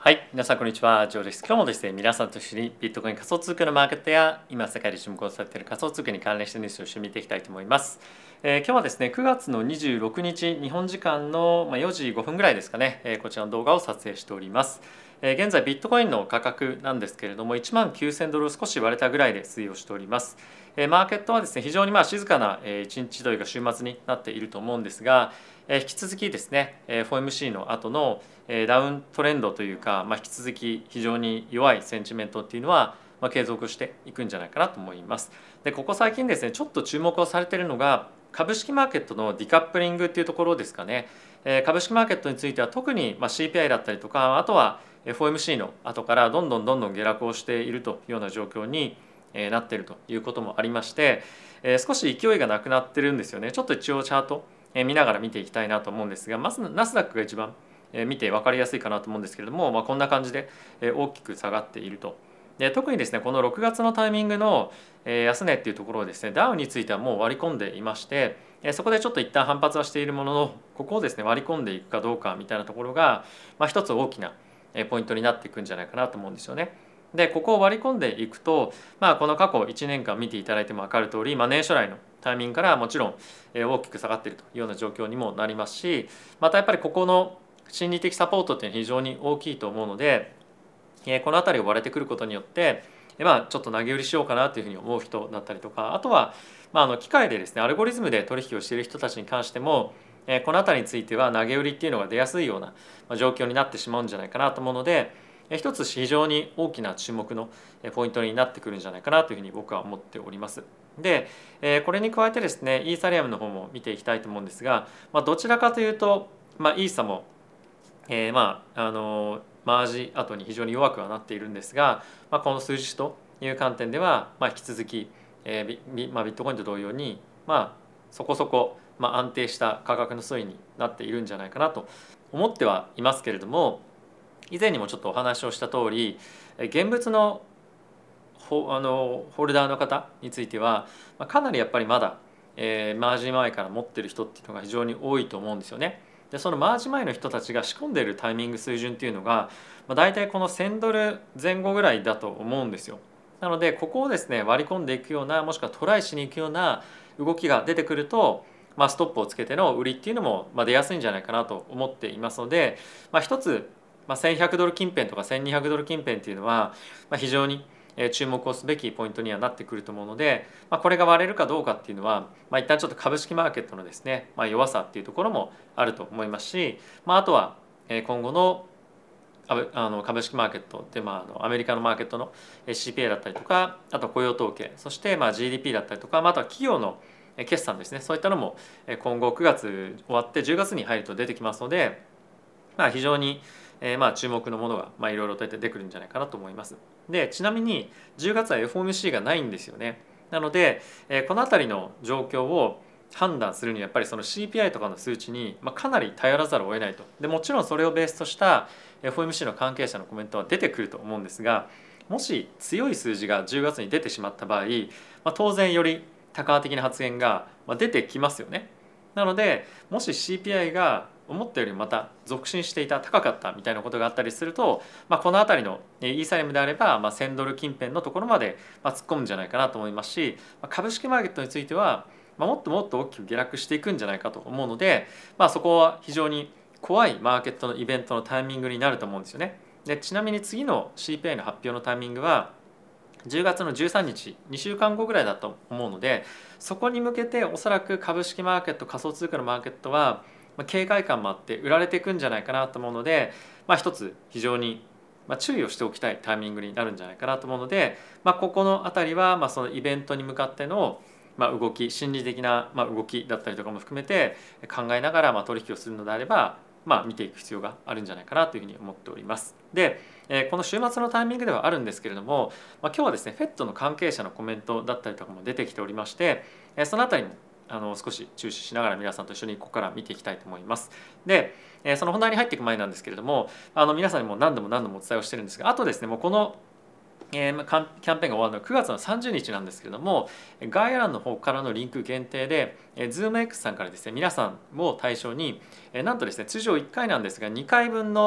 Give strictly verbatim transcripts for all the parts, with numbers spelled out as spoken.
はい、皆さんこんにちは、ジョーです。今日もですね、皆さんと一緒にビットコイン仮想通貨のマーケットや今世界で注目をされている仮想通貨に関連したニュースを一緒に見ていきたいと思います。えー今日はですね、くがつのにじゅうろくにち、日本時間のまあよじごふんぐらいですかね、えーこちらの動画を撮影しております。えー現在ビットコインの価格なんですけれども、いちまんきゅうせんドルを少し割れたぐらいで推移をしております。えーマーケットはですね、非常にまあ静かなえー一日というか週末になっていると思うんですが、えー引き続きですね、えー エフオーエムシー の後のえーダウントレンドというか、まあ、引き続き非常に弱いセンチメントっていうのは、まあ、継続していくんじゃないかなと思います。で、ここ最近ですね、ちょっと注目をされているのが株式マーケットのディカップリングっていうところですかね。えー株式マーケットについては特にまあ シーピーアイ だったりとか、あとは エフオーエムシー の後からどんどんどんどん下落をしているというような状況にえーなっているということもありまして、えー少し勢いがなくなってるんですよね。ちょっと一応チャートえー見ながら見ていきたいなと思うんですが、まずナスダックが一番えー見て分かりやすいかなと思うんですけれども、まあ、こんな感じでえー大きく下がっていると。で、特にですねこのろくがつのタイミングのえー安値っていうところをですね、ダウについてはもう割り込んでいまして、えーそこでちょっと一旦反発はしているものの、ここをですね割り込んでいくかどうかみたいなところが、まあ、一つ大きなえーポイントになっていくんじゃないかなと思うんですよね。で、ここを割り込んでいくと、まあ、この過去いちねんかん見ていただいても分かる通り、まあ、年初来のタイミングからもちろんえー大きく下がっているというような状況にもなりますし、またやっぱりここの心理的サポートっていうのは非常に大きいと思うので、えーこの辺りを割れてくることによって、えーまあ、ちょっと投げ売りしようかなというふうに思う人だったりとか、あとは、まあ、あの機械でですねアルゴリズムで取引をしている人たちに関しても、えーこの辺りについては投げ売りっていうのが出やすいようなまあ状況になってしまうんじゃないかなと思うので、えー一つ非常に大きな注目のえーポイントになってくるんじゃないかなというふうに僕は思っております。で、えーこれに加えてですねイーサリアムの方も見ていきたいと思うんですが、まあ、どちらかというと、まあ、イーサもえー、まああのマージ後に非常に弱くはなっているんですが、まあ、この数字という観点では、まあ、引き続き、えービビまあ、ビットコインと同様に、まあ、そこそこ、まあ、安定した価格の推移になっているんじゃないかなと思ってはいますけれども、以前にもちょっとお話をした通り、え現物のホあのホルダーの方については、まあ、かなりやっぱりまだ、えーマージン前から持ってる人っていうのが非常に多いと思うんですよね。で、そのマージ前の人たちが仕込んでいるタイミング水準っていうのが、まあ、大体このせんドル前後ぐらいだと思うんですよ。なのでここをですね割り込んでいくような、もしくはトライしに行くような動きが出てくると、まあ、ストップをつけての売りっていうのもまあ出やすいんじゃないかなと思っていますので、まあ、一つ、まあ、せんひゃくドル近辺とかせんにひゃくドル近辺っていうのは、まあ、非常に注目をすべきポイントにはなってくると思うので、まあ、これが割れるかどうかっていうのは、まあ、一旦ちょっと株式マーケットのですね、まあ、弱さっていうところもあると思いますし、まあ、あとは今後のあの株式マーケットで、まあ、あのアメリカのマーケットの シーピーアイ だったりとか、あと雇用統計、そしてまあ ジーディーピー だったりとか、まあ、あとは企業の決算ですね、そういったのも今後くがつ終わってじゅうがつに入ると出てきますので、まあ、非常にえーまあ注目のものがまあいろいろと出てくるんじゃないかなと思います。で、ちなみにじゅうがつは エフオーエムシー がないんですよね。なので、えーこの辺りの状況を判断するにはやっぱりその シーピーアイ とかの数値にまあかなり頼らざるを得ないと。で、もちろんそれをベースとした エフオーエムシー の関係者のコメントは出てくると思うんですが、もし強い数字がじゅうがつに出てしまった場合、まあ、当然より多感的な発言が出てきますよね。なので、もし シーピーアイ が思ったよりまた続伸していた、高かったみたいなことがあったりすると、まあ、この辺りのイーサリアムであれば、まあ、せんドル近辺のところまで突っ込むんじゃないかなと思いますし、株式マーケットについてはもっともっと大きく下落していくんじゃないかと思うので、まあ、そこは非常に怖いマーケットのイベントのタイミングになると思うんですよね。で、ちなみに次の シーピーアイ の発表のタイミングはじゅうがつのじゅうさんにち、にしゅうかんごぐらいだと思うので、そこに向けておそらく株式マーケット、仮想通貨のマーケットは警戒感もあって売られていくんじゃないかなと思うので、まあ、一つ非常に注意をしておきたいタイミングになるんじゃないかなと思うので、まあ、ここの辺りはまあそのイベントに向かってのまあ動き、心理的なまあ動きだったりとかも含めて考えながらまあ取引をするのであれば、まあ、見ていく必要があるんじゃないかなというふうに思っております。で、この週末のタイミングではあるんですけれども、まあ、今日はですね フェット の関係者のコメントだったりとかも出てきておりまして、そのあたりもあの少し注視しながら皆さんと一緒にここから見ていきたいと思います。で、その本題に入っていく前なんですけれども、あの皆さんにも何度も何度もお伝えをしてるんですが、あとですねもうこのえー、キャンペーンが終わるのはくがつのさんじゅうにちなんですけれども、概要欄の方からのリンク限定で ZoomX さんからですね皆さんを対象になんとですね通常いっかいなんですがにかいぶんの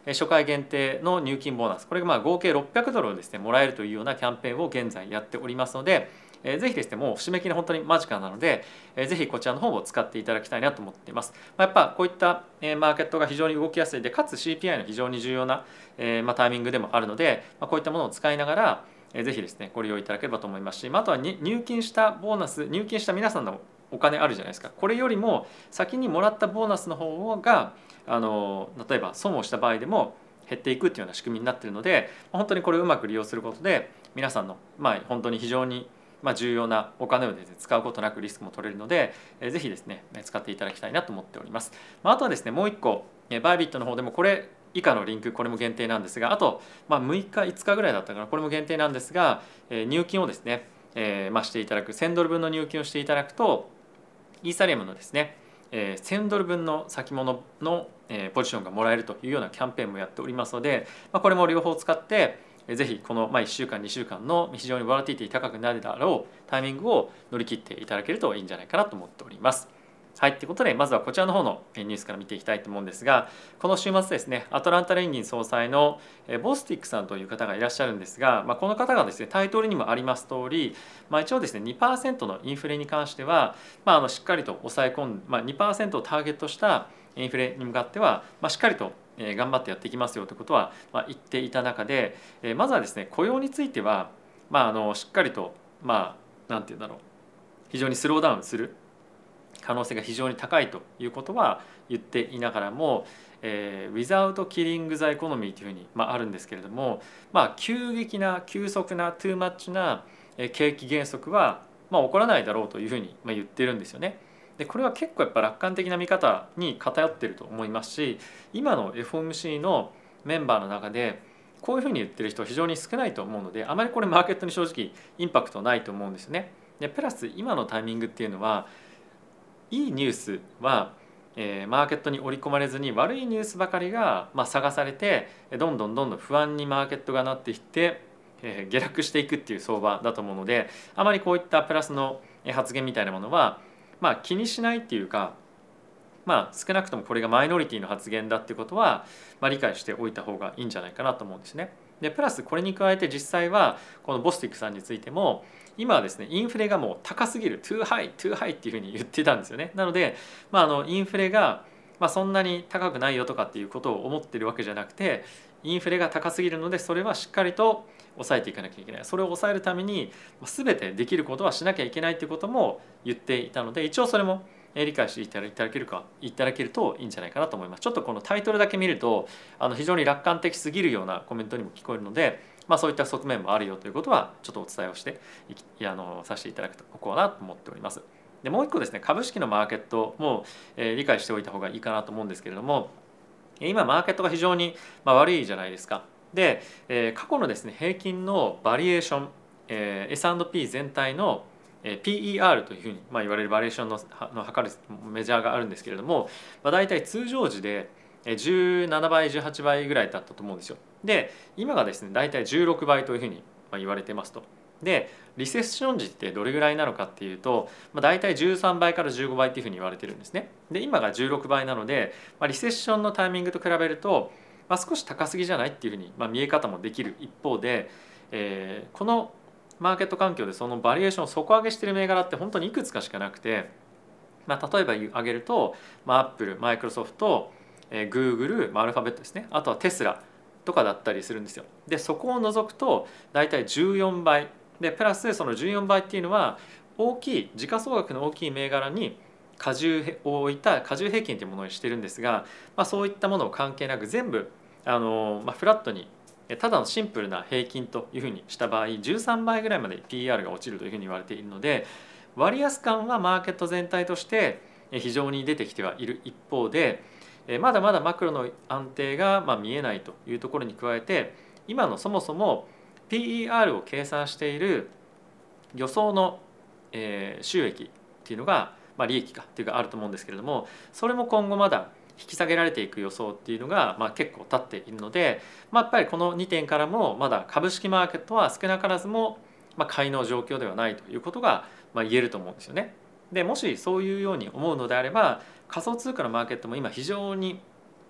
初回限定の入金ボーナス、これがまあ合計ろっぴゃくドルをですねもらえるというようなキャンペーンを現在やっておりますので、えー、ぜひですね、もう締め切り本当に間近なので、えー、ぜひこちらの方を使っていただきたいなと思っています。まあ、やっぱこういったマーケットが非常に動きやすいで、かつ シーピーアイ の非常に重要な、えーまあ、タイミングでもあるので、まあ、こういったものを使いながら、えー、ぜひですねご利用いただければと思いますし、まあ、あとは入金したボーナス、入金した皆さんのお金あるじゃないですか。これよりも先にもらったボーナスの方があの例えば損をした場合でも減っていくっていうような仕組みになっているので、本当にこれをうまく利用することで皆さんのまあ本当に非常にまあ重要なお金をですね使うことなくリスクも取れるので、ぜひですね使っていただきたいなと思っております。あとはですね、もう一個バイビットの方でもこれ以下のリンク、これも限定なんですが、あとまあむいかいつかぐらいだったかな、これも限定なんですが、入金をですね、えー、まあしていただくせんドル分の入金をしていただくとイーサリアムのですねせんドル分の先物のポジションがもらえるというようなキャンペーンもやっておりますので、これも両方使ってぜひこのいっしゅうかんにしゅうかんの非常にボラティティ高くなるだろうタイミングを乗り切っていただけるといいんじゃないかなと思っております。はい、ということでまずはこちらの方のニュースから見ていきたいと思うんですが、この週末ですね、アトランタ連銀総裁のボスティックさんという方がいらっしゃるんですが、まあ、この方がですねタイトルにもあります通り、まあ、一応ですね にパーセント のインフレに関しては、まあ、あのしっかりと抑え込んで、まあ、にパーセント をターゲットしたインフレに向かっては、まあ、しっかりと頑張ってやっていきますよということは言っていた中で、まずはですね雇用については、まあ、あのしっかりとまあなんて言うんだろう、非常にスローダウンする可能性が非常に高いということは言っていながらも、えー、without killing the economy というふうに、まあ、あるんですけれども、まあ、急激な急速な too much な景気減速は、まあ、起こらないだろうというふうに、まあ、言ってるんですよね。でこれは結構やっぱ楽観的な見方に偏っていると思いますし、今の エフオーエムシー のメンバーの中でこういうふうに言ってる人は非常に少ないと思うので、あまりこれマーケットに正直インパクトないと思うんですよね。でプラス今のタイミングっていうのはいいニュースは、えー、マーケットに織り込まれずに悪いニュースばかりが、まあ、探されてどんどんどんどん不安にマーケットがなっていって、えー、下落していくっていう相場だと思うので、あまりこういったプラスの発言みたいなものは、まあ、気にしないっていうか、まあ、少なくともこれがマイノリティの発言だっていうことは、まあ、理解しておいた方がいいんじゃないかなと思うんですね。でプラスこれに加えて実際はこのボスティックさんについても今はですねインフレがもう高すぎる too high too high っていうふうに言ってたんですよね。なので、まあ、あのインフレが、まあ、そんなに高くないよとかっていうことを思ってるわけじゃなくて、インフレが高すぎるのでそれはしっかりと抑えていかなきゃいけない、それを抑えるために全てできることはしなきゃいけないっていうことも言っていたので、一応それも理解していただけるかいただけるといいんじゃないかなと思います。ちょっとこのタイトルだけ見るとあの非常に楽観的すぎるようなコメントにも聞こえるので、まあ、そういった側面もあるよということはちょっとお伝えをしていあのさせていただくとここかなと思っております。でもう一個ですね、株式のマーケットも、えー、理解しておいた方がいいかなと思うんですけれども、今マーケットが非常に、まあ、悪いじゃないですか。で、えー、過去のですね平均のバリエーション、えー、エスアンドピー 全体の ピーイーアール というふうに、まあ、言われるバリエーションのの測るメジャーがあるんですけれども、まあ、大体通常時でじゅうななばいじゅうはちばいぐらいだったと思うんですよ。で今がですね大体じゅうろくばいというふうに言われてますと。でリセッション時ってどれぐらいなのかっていうと、まあ、大体じゅうさんばいからじゅうごばいっていうふうに言われてるんですね。で今がじゅうろくばいなので、まあ、リセッションのタイミングと比べると、まあ、少し高すぎじゃないっていうふうに、まあ、見え方もできる一方で、えー、このマーケット環境でそのバリエーションを底上げしている銘柄って本当にいくつかしかなくて、まあ、例えば挙げると、まあ、アップル、マイクロソフト、えー、グーグル、まあ、アルファベットですね、あとはテスラとかだったりするんですよ。でそこを除くと大体じゅうよんばいで、プラスそのじゅうよんばいっていうのは大きい時価総額の大きい銘柄に荷重を置いた荷重平均というものにしてるんですが、まあ、そういったものを関係なく全部あの、まあ、フラットにただのシンプルな平均というふうにした場合じゅうさんばいぐらいまで ピーイーアール が落ちるというふうに言われているので、割安感はマーケット全体として非常に出てきてはいる一方で、まだまだマクロの安定がまあ見えないというところに加えて、今のそもそも ピーイーアール を計算している予想の収益っていうのが、まあ、利益かっていうかあると思うんですけれども、それも今後まだ引き下げられていく予想っていうのが、まあ、結構立っているので、まあ、やっぱりこのにてんからもまだ株式マーケットは少なからずも、まあ、買いの状況ではないということが、まあ、言えると思うんですよね。でもしそういうように思うのであれば、仮想通貨のマーケットも今非常に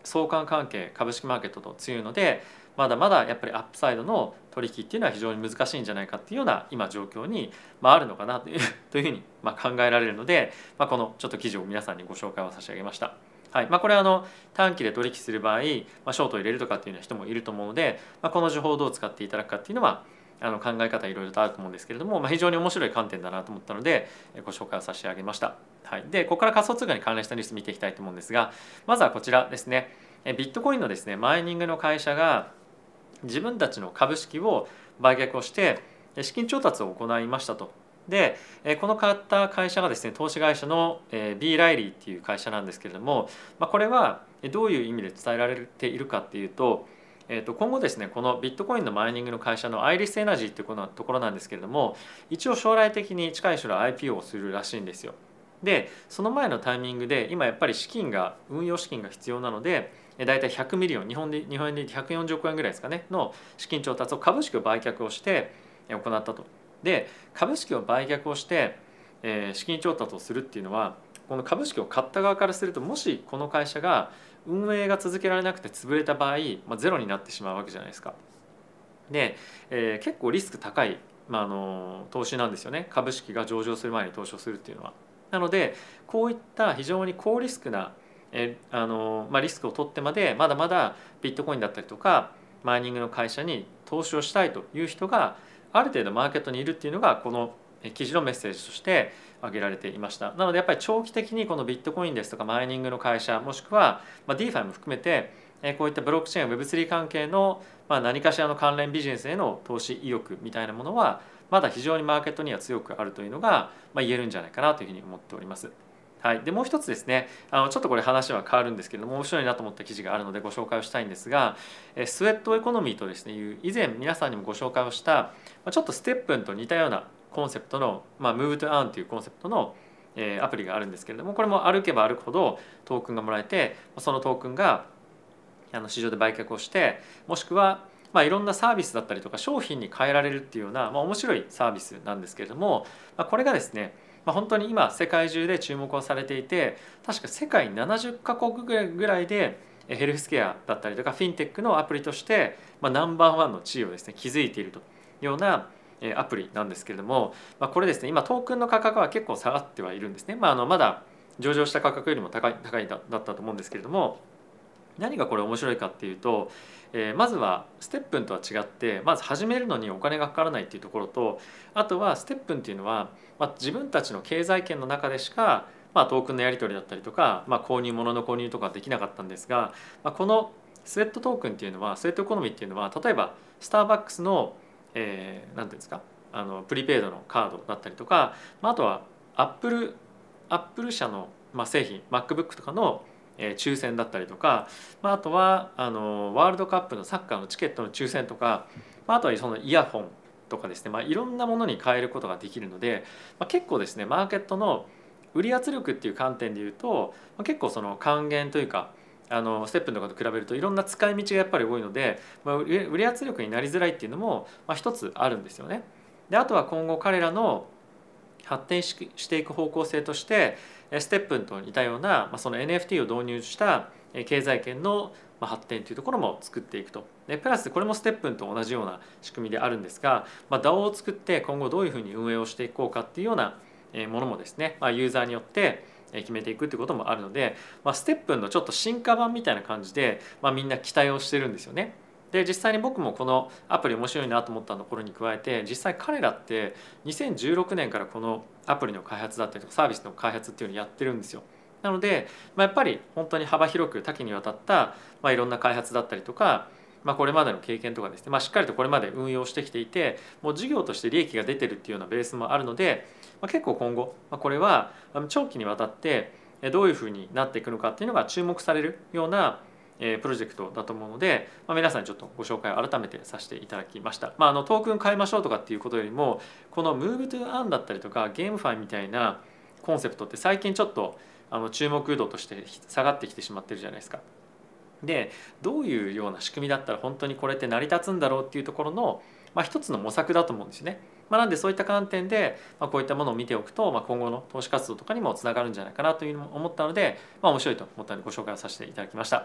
相関関係株式マーケットと強いので、まだまだやっぱりアップサイドの取引っていうのは非常に難しいんじゃないかっていうような今状況に、まあ、あるのかなというというふうにまあ考えられるので、まあ、このちょっと記事を皆さんにご紹介を差し上げました。はいまあ、これはあの短期で取引する場合、まあ、ショートを入れるとかっていうような人もいると思うので、まあ、この情報をどう使っていただくかっていうのはあの考え方いろいろとあると思うんですけれども、まあ、非常に面白い観点だなと思ったのでご紹介を差し上げました。はい、でここから仮想通貨に関連したニュース見ていきたいと思うんですが、まずはこちらですね。ビットコインのですねマイニングの会社が自分たちの株式を売却をして資金調達を行いましたと。でこの買った会社がですね投資会社の B ライリーっていう会社なんですけれども、まあ、これはどういう意味で伝えられているかっていうと、えー、と今後ですねこのビットコインのマイニングの会社のアイリスエナジーっていうところなんですけれども、一応将来的に近い将来 アイピーオー をするらしいんですよ。でその前のタイミングで今やっぱり資金が運用資金が必要なので、だいたいひゃくミリオン日本で日本円でひゃくよんじゅうおくえんぐらいですかねの資金調達を株式を売却をして行ったと。で株式を売却をして、えー、資金調達をするっていうのはこの株式を買った側からすると、もしこの会社が運営が続けられなくて潰れた場合、まあ、ゼロになってしまうわけじゃないですか。で、えー、結構リスク高い、まあ、あの投資なんですよね。株式が上場する前に投資をするっていうのは。なのでこういった非常に高リスクなえあの、まあ、リスクを取ってまでまだまだビットコインだったりとかマイニングの会社に投資をしたいという人がある程度マーケットにいるっていうのがこの記事のメッセージとして挙げられていました。なのでやっぱり長期的にこのビットコインですとかマイニングの会社もしくは ディーファイ も含めてこういったブロックチェーン ウェブスリー 関係の何かしらの関連ビジネスへの投資意欲みたいなものはまだ非常にマーケットには強くあるというのが言えるんじゃないかなというふうに思っております。はい、でもう一つですね、あのちょっとこれ話は変わるんですけれども面白いなと思った記事があるのでご紹介をしたいんですが、スウェットエコノミーとですねいう以前皆さんにもご紹介をしたちょっとステップンと似たようなコンセプトの、まあ、Move to Earn というコンセプトのアプリがあるんですけれども、これも歩けば歩くほどトークンがもらえて、そのトークンがあの市場で売却をして、もしくはまあいろんなサービスだったりとか商品に変えられるっていうような、まあ、面白いサービスなんですけれども、まあ、これがですねまあ、本当に今世界中で注目をされていて、確か世界ななじゅっかこくぐらいでヘルスケアだったりとかフィンテックのアプリとしてまあナンバーワンの地位をですね築いているというようなアプリなんですけれども、まあ、これですね今トークンの価格は結構下がってはいるんですね。まあ、あのまだ上場した価格よりも高い高いだったと思うんですけれども、何がこれ面白いかっていうと、えー、まずはステップンとは違ってまず始めるのにお金がかからないっていうところと、あとはステップンっていうのは、まあ、自分たちの経済圏の中でしか、まあ、トークンのやり取りだったりとか、まあ、購入物の購入とかできなかったんですが、まあ、このスウェットトークンっていうのはスウェットエコノミーっていうのは例えばスターバックスの何、えー、ていうんですかあのプリペイドのカードだったりとか、まあ、あとはアップルアップル社の、まあ、製品 MacBook とかの抽選だったりとか、まあ、あとはあのワールドカップのサッカーのチケットの抽選とか、まあ、あとはそのイヤホンとかですね、まあ、いろんなものに変えることができるので、まあ、結構ですねマーケットの売り圧力っていう観点でいうと、まあ、結構その還元というかあのステップとかと比べるといろんな使い道がやっぱり多いので、まあ、売り圧力になりづらいっていうのも、まあ、一つあるんですよね。であとは今後彼らの発展していく方向性としてステップンと似たようなその エヌエフティー を導入した経済圏の発展というところも作っていくと。でプラスこれもステップンと同じような仕組みであるんですが、まあ、ダオ を作って今後どういうふうに運営をしていこうかっていうようなものもですね、まあ、ユーザーによって決めていくっていうこともあるので、まあ、ステップンのちょっと進化版みたいな感じで、まあ、みんな期待をしてるんですよね。で実際に僕もこのアプリ面白いなと思ったところに加えて、実際彼らってにせんじゅうろくねんからこのアプリの開発だったりとかサービスの開発っていうのをやってるんですよ。なので、まあ、やっぱり本当に幅広く多岐にわたった、まあ、いろんな開発だったりとか、まあ、これまでの経験とかですね、まあ、しっかりとこれまで運用してきていて、もう事業として利益が出てるっていうようなベースもあるので、まあ、結構今後、まあ、これは長期にわたってどういうふうになっていくのかっていうのが注目されるようなプロジェクトだと思うので、まあ、皆さんにちょっとご紹介を改めてさせていただきました。まあ、あのトークン買いましょうとかっていうことよりも、この Move to Earn だったりとかゲームファイみたいなコンセプトって最近ちょっとあの注目度として下がってきてしまってるじゃないですか。でどういうような仕組みだったら本当にこれって成り立つんだろうっていうところの、まあ、一つの模索だと思うんですよね。まあ、なんでそういった観点で、まあ、こういったものを見ておくと、まあ、今後の投資活動とかにもつながるんじゃないかなというのを思ったので、まあ、面白いと思ったのでご紹介をさせていただきました。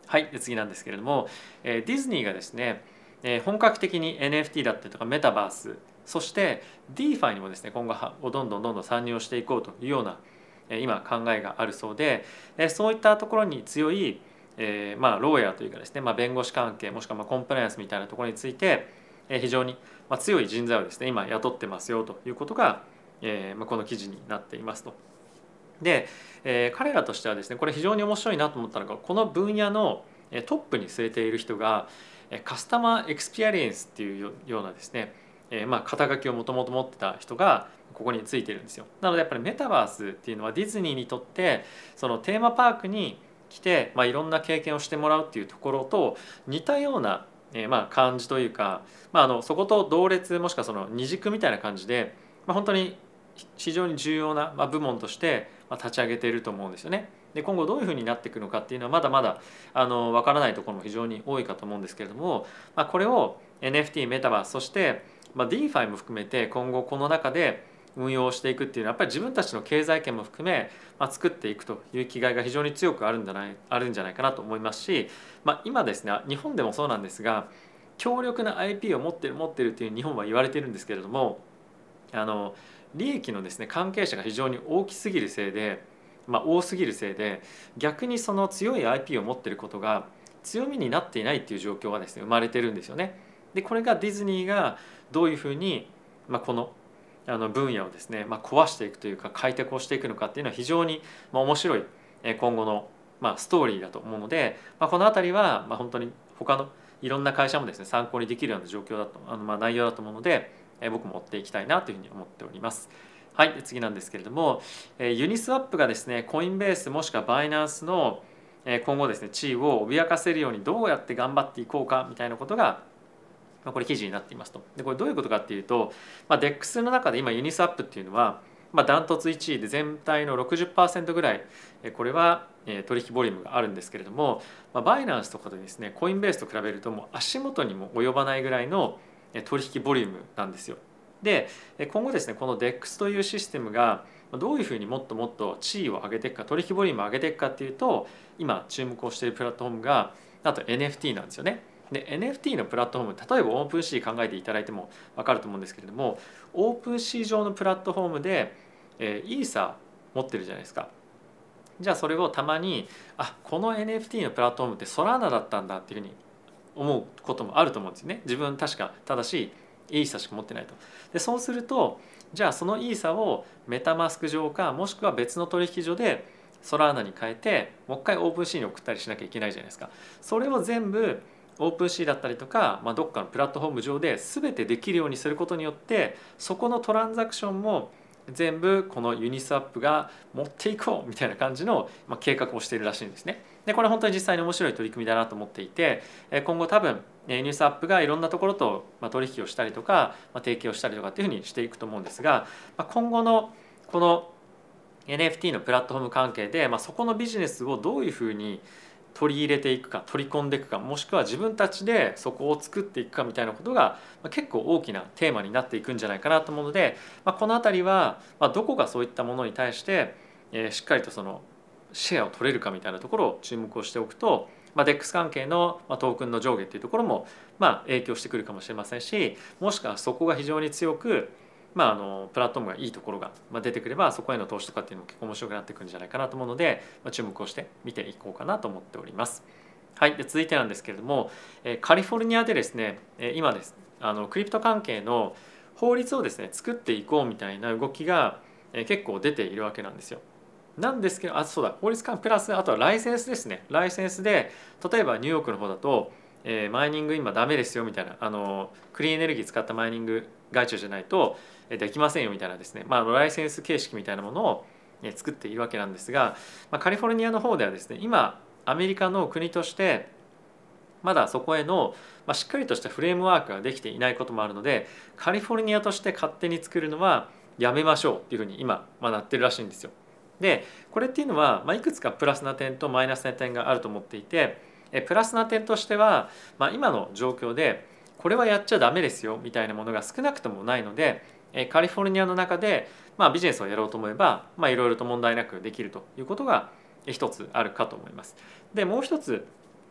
はい、で次なんですけれども、えーディズニーがですね、えー本格的に エヌエフティー だったりとかメタバース、そして ディーファイ にもですね、今後はどんどんどんどん参入をしていこうというような、えー今考えがあるそうで、えーそういったところに強い、えーまあローヤーというかですね、まあ、弁護士関係もしくはまあコンプライアンスみたいなところについて、えー非常にまあ強い人材をですね今雇ってますよということが、えーまあこの記事になっていますと。で、えー彼らとしてはですねこれ非常に面白いなと思ったのが、この分野のえートップに据えている人がえーカスタマーエクスペリエンスっていうよようなですね、えーまあ肩書きをもともと持ってた人がここについてるんですよ。なのでやっぱりメタバースっていうのはディズニーにとってそのテーマパークに来て、まあ、いろんな経験をしてもらうっていうところと似たような、えーまあ感じというか、まあ、あのそこと同列もしくはその二軸みたいな感じで、まあ、本当に非常に重要なまあ部門としてまあ立ち上げていると思うんですよね。で今後どういうふうになっていくのかっていうのはまだまだあの分からないところも非常に多いかと思うんですけれども、まあ、これを エヌエフティー メタバースそして、まあ、ディーファイ も含めて今後この中で運用していくっていうのはやっぱり自分たちの経済圏も含め、まあ、作っていくという気概が非常に強くあるんじゃないあるんじゃないかなと思いますし、まあ、今ですね日本でもそうなんですが強力な アイピー を持ってる持ってるっていう日本は言われてるんですけれども、あの利益のですね関係者が非常に大きすぎるせいで、まあ、多すぎるせいで逆にその強い アイピー を持っていることが強みになっていないっていう状況がですね生まれてるんですよね。でこれがディズニーがどういうふうに、まあ、このあの分野をですね、まあ、壊していくというか開拓をしていくのかっていうのは非常にまあ面白い今後のまあストーリーだと思うので、まあ、この辺りはまあ本当に他のいろんな会社もですね参考にできるような状況だとあのまあ内容だと思うので、え僕も追っていきたいなというふうに思っております。はい、次なんですけれども、ユニスワップがですねコインベースもしくはバイナンスの今後ですね地位を脅かせるようにどうやって頑張っていこうかみたいなことがこれ記事になっていますと。でこれどういうことかっていうと、まあ、デックス の中で今ユニスワップっていうのは、まあ、ダントツいちいで全体の ろくじゅっパーセント ぐらいこれは取引ボリュームがあるんですけれども、まあ、バイナンスとかでですねコインベースと比べるともう足元にも及ばないぐらいの取引ボリュームなんですよ。で今後ですねこの デックス というシステムがどういうふうにもっともっと地位を上げていくか取引ボリュームを上げていくかっていうと今注目をしているプラットフォームがあと エヌエフティー なんですよね。で エヌエフティー のプラットフォーム例えばオープンシー考えていただいても分かると思うんですけれどもオープンシー上のプラットフォームで、えー、イーサ持ってるじゃないですか。じゃあそれをたまにあこの エヌエフティー のプラットフォームってソラーナだったんだっていうふうに思うこともあると思うんですよね。自分確かただしイーサしか持ってないと。でそうするとじゃあそのイーサをメタマスク上かもしくは別の取引所でソラーナに変えてもう一回オープンシーに送ったりしなきゃいけないじゃないですか。それを全部オープンシーだったりとか、まあ、どっかのプラットフォーム上で全てできるようにすることによってそこのトランザクションも全部このユニスワップが持っていこうみたいな感じの計画をしているらしいんですね。でこれ本当に実際に面白い取り組みだなと思っていて今後多分ユニスワップがいろんなところと取引をしたりとか提携をしたりとかっていうふうにしていくと思うんですが今後のこの エヌエフティー のプラットフォーム関係で、まあ、そこのビジネスをどういうふうに取り入れていくか取り込んでいくかもしくは自分たちでそこを作っていくかみたいなことが結構大きなテーマになっていくんじゃないかなと思うので、まあ、この辺りはどこがそういったものに対してしっかりとそのシェアを取れるかみたいなところを注目をしておくと、まあ、デックス 関係のトークンの上下っていうところもまあ影響してくるかもしれませんしもしくはそこが非常に強くまあ、あのプラットフォームがいいところが出てくればそこへの投資とかっていうのも結構面白くなってくるんじゃないかなと思うので、まあ、注目をして見ていこうかなと思っております。はい、で続いてなんですけれどもカリフォルニアでですね今ですあのクリプト関係の法律をですね作っていこうみたいな動きが結構出ているわけなんですよ。なんですけどあそうだ法律関プラスあとはライセンスですね。ライセンスで例えばニューヨークの方だとえー、マイニング今ダメですよみたいなあのクリーンエネルギー使ったマイニング会社じゃないとできませんよみたいなですね、まあ、ライセンス形式みたいなものを作っているわけなんですが、まあ、カリフォルニアの方ではですね今アメリカの国としてまだそこへの、まあ、しっかりとしたフレームワークができていないこともあるのでカリフォルニアとして勝手に作るのはやめましょうっていうふうに今、まあ、なってるらしいんですよ。でこれっていうのは、まあ、いくつかプラスな点とマイナスな点があると思っていてプラスな点としては、まあ、今の状況でこれはやっちゃダメですよみたいなものが少なくともないのでカリフォルニアの中で、まあ、ビジネスをやろうと思えばいろいろと問題なくできるということが一つあるかと思います。でもう一つ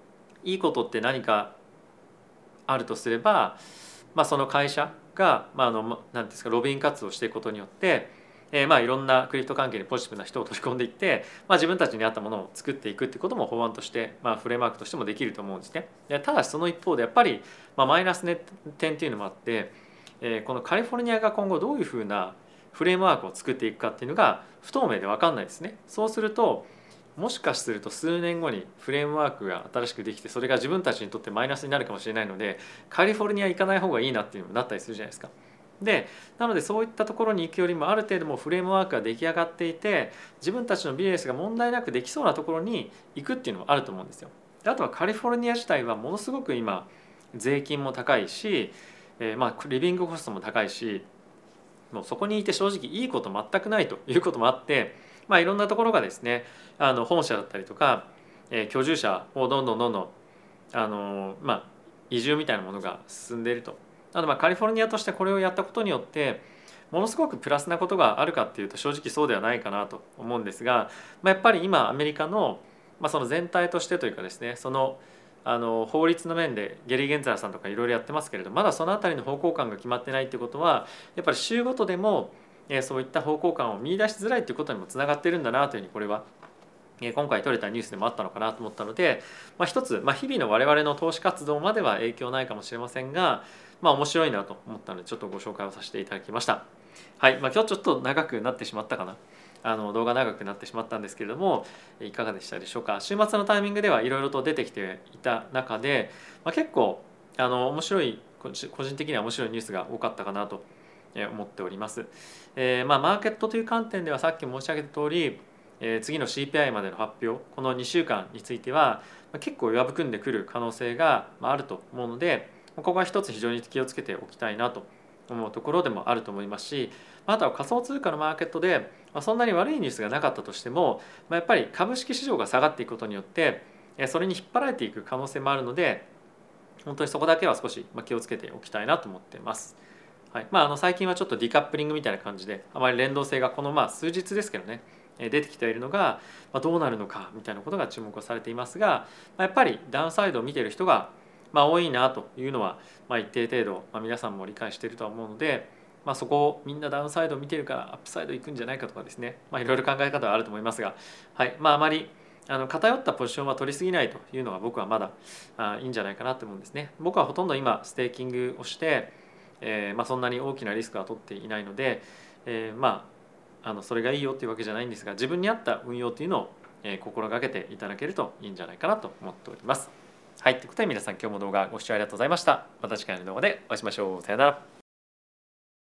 いいことって何かあるとすれば、まあ、その会社が、まあ、あのなんていうんですか、ロビン活動をしていくことによって、えー、まあいろんなクリプト関係にポジティブな人を取り込んでいって、まあ、自分たちに合ったものを作っていくっていうことも法案として、まあ、フレームワークとしてもできると思うんですね。でただしその一方でやっぱり、まあ、マイナス点っていうのもあって、えー、このカリフォルニアが今後どういうふうなフレームワークを作っていくかっていうのが不透明で分かんないですね。そうするともしかすると数年後にフレームワークが新しくできて、それが自分たちにとってマイナスになるかもしれないので、カリフォルニア行かない方がいいなっていうのになったりするじゃないですか。でなのでそういったところに行くよりもある程度もフレームワークが出来上がっていて、自分たちのビジネスが問題なくできそうなところに行くっていうのもあると思うんですよ。であとはカリフォルニア自体はものすごく今税金も高いし、えー、まあリビングコストも高いし、もうそこにいて正直いいこと全くないということもあって、まあ、いろんなところがですね、あの本社だったりとか、えー、居住者をどんどんどんどんあの、まあ、移住みたいなものが進んでいると。なのでまあカリフォルニアとしてこれをやったことによってものすごくプラスなことがあるかっていうと正直そうではないかなと思うんですが、まあ、やっぱり今アメリカの、まあ、その全体としてというかですね、そのあの法律の面でゲリー・ゲンザーさんとかいろいろやってますけれど、まだそのあたりの方向感が決まってないってことは、やっぱり州ごとでもそういった方向感を見出しづらいということにもつながっているんだなというふうに、これは今回取れたニュースでもあったのかなと思ったので、まあ、一つ、まあ、日々の我々の投資活動までは影響ないかもしれませんが、まあ、面白いなと思ったのでちょっとご紹介をさせていただきました。はい、まあ、今日ちょっと長くなってしまったかな。あの動画長くなってしまったんですけれども、いかがでしたでしょうか。週末のタイミングではいろいろと出てきていた中で、まあ、結構あの面白い、個人的には面白いニュースが多かったかなと思っております。えーまあ、マーケットという観点ではさっき申し上げた通り、えー、次の シーピーアイ までの発表、このにしゅうかんについては結構弱含んでくる可能性があると思うので、ここは一つ非常に気をつけておきたいなと思うところでもあると思いますし、あとは仮想通貨のマーケットでそんなに悪いニュースがなかったとしても、やっぱり株式市場が下がっていくことによってそれに引っ張られていく可能性もあるので、本当にそこだけは少し気をつけておきたいなと思っています。はいまあ、あの最近はちょっとディカップリングみたいな感じであまり連動性がこのまあ数日ですけどね出てきているのがどうなるのかみたいなことが注目をされていますが、やっぱりダウンサイドを見ている人がまあ多いなというのはまあ一定程度まあ皆さんも理解しているとは思うので、まあ、そこをみんなダウンサイドを見ているからアップサイド行くんじゃないかとかですね、まあ、いろいろ考え方はあると思いますが、はいまあ、あまりあの偏ったポジションは取りすぎないというのが僕はまだあいいんじゃないかなと思うんですね。僕はほとんど今ステーキングをしてえーまあ、そんなに大きなリスクは取っていないので、えー、まああのそれがいいよっていうわけじゃないんですが、自分に合った運用というのを、えー、心がけていただけるといいんじゃないかなと思っております。はい、ということで皆さん今日も動画ご視聴ありがとうございました。また次回の動画でお会いしましょう。さよなら。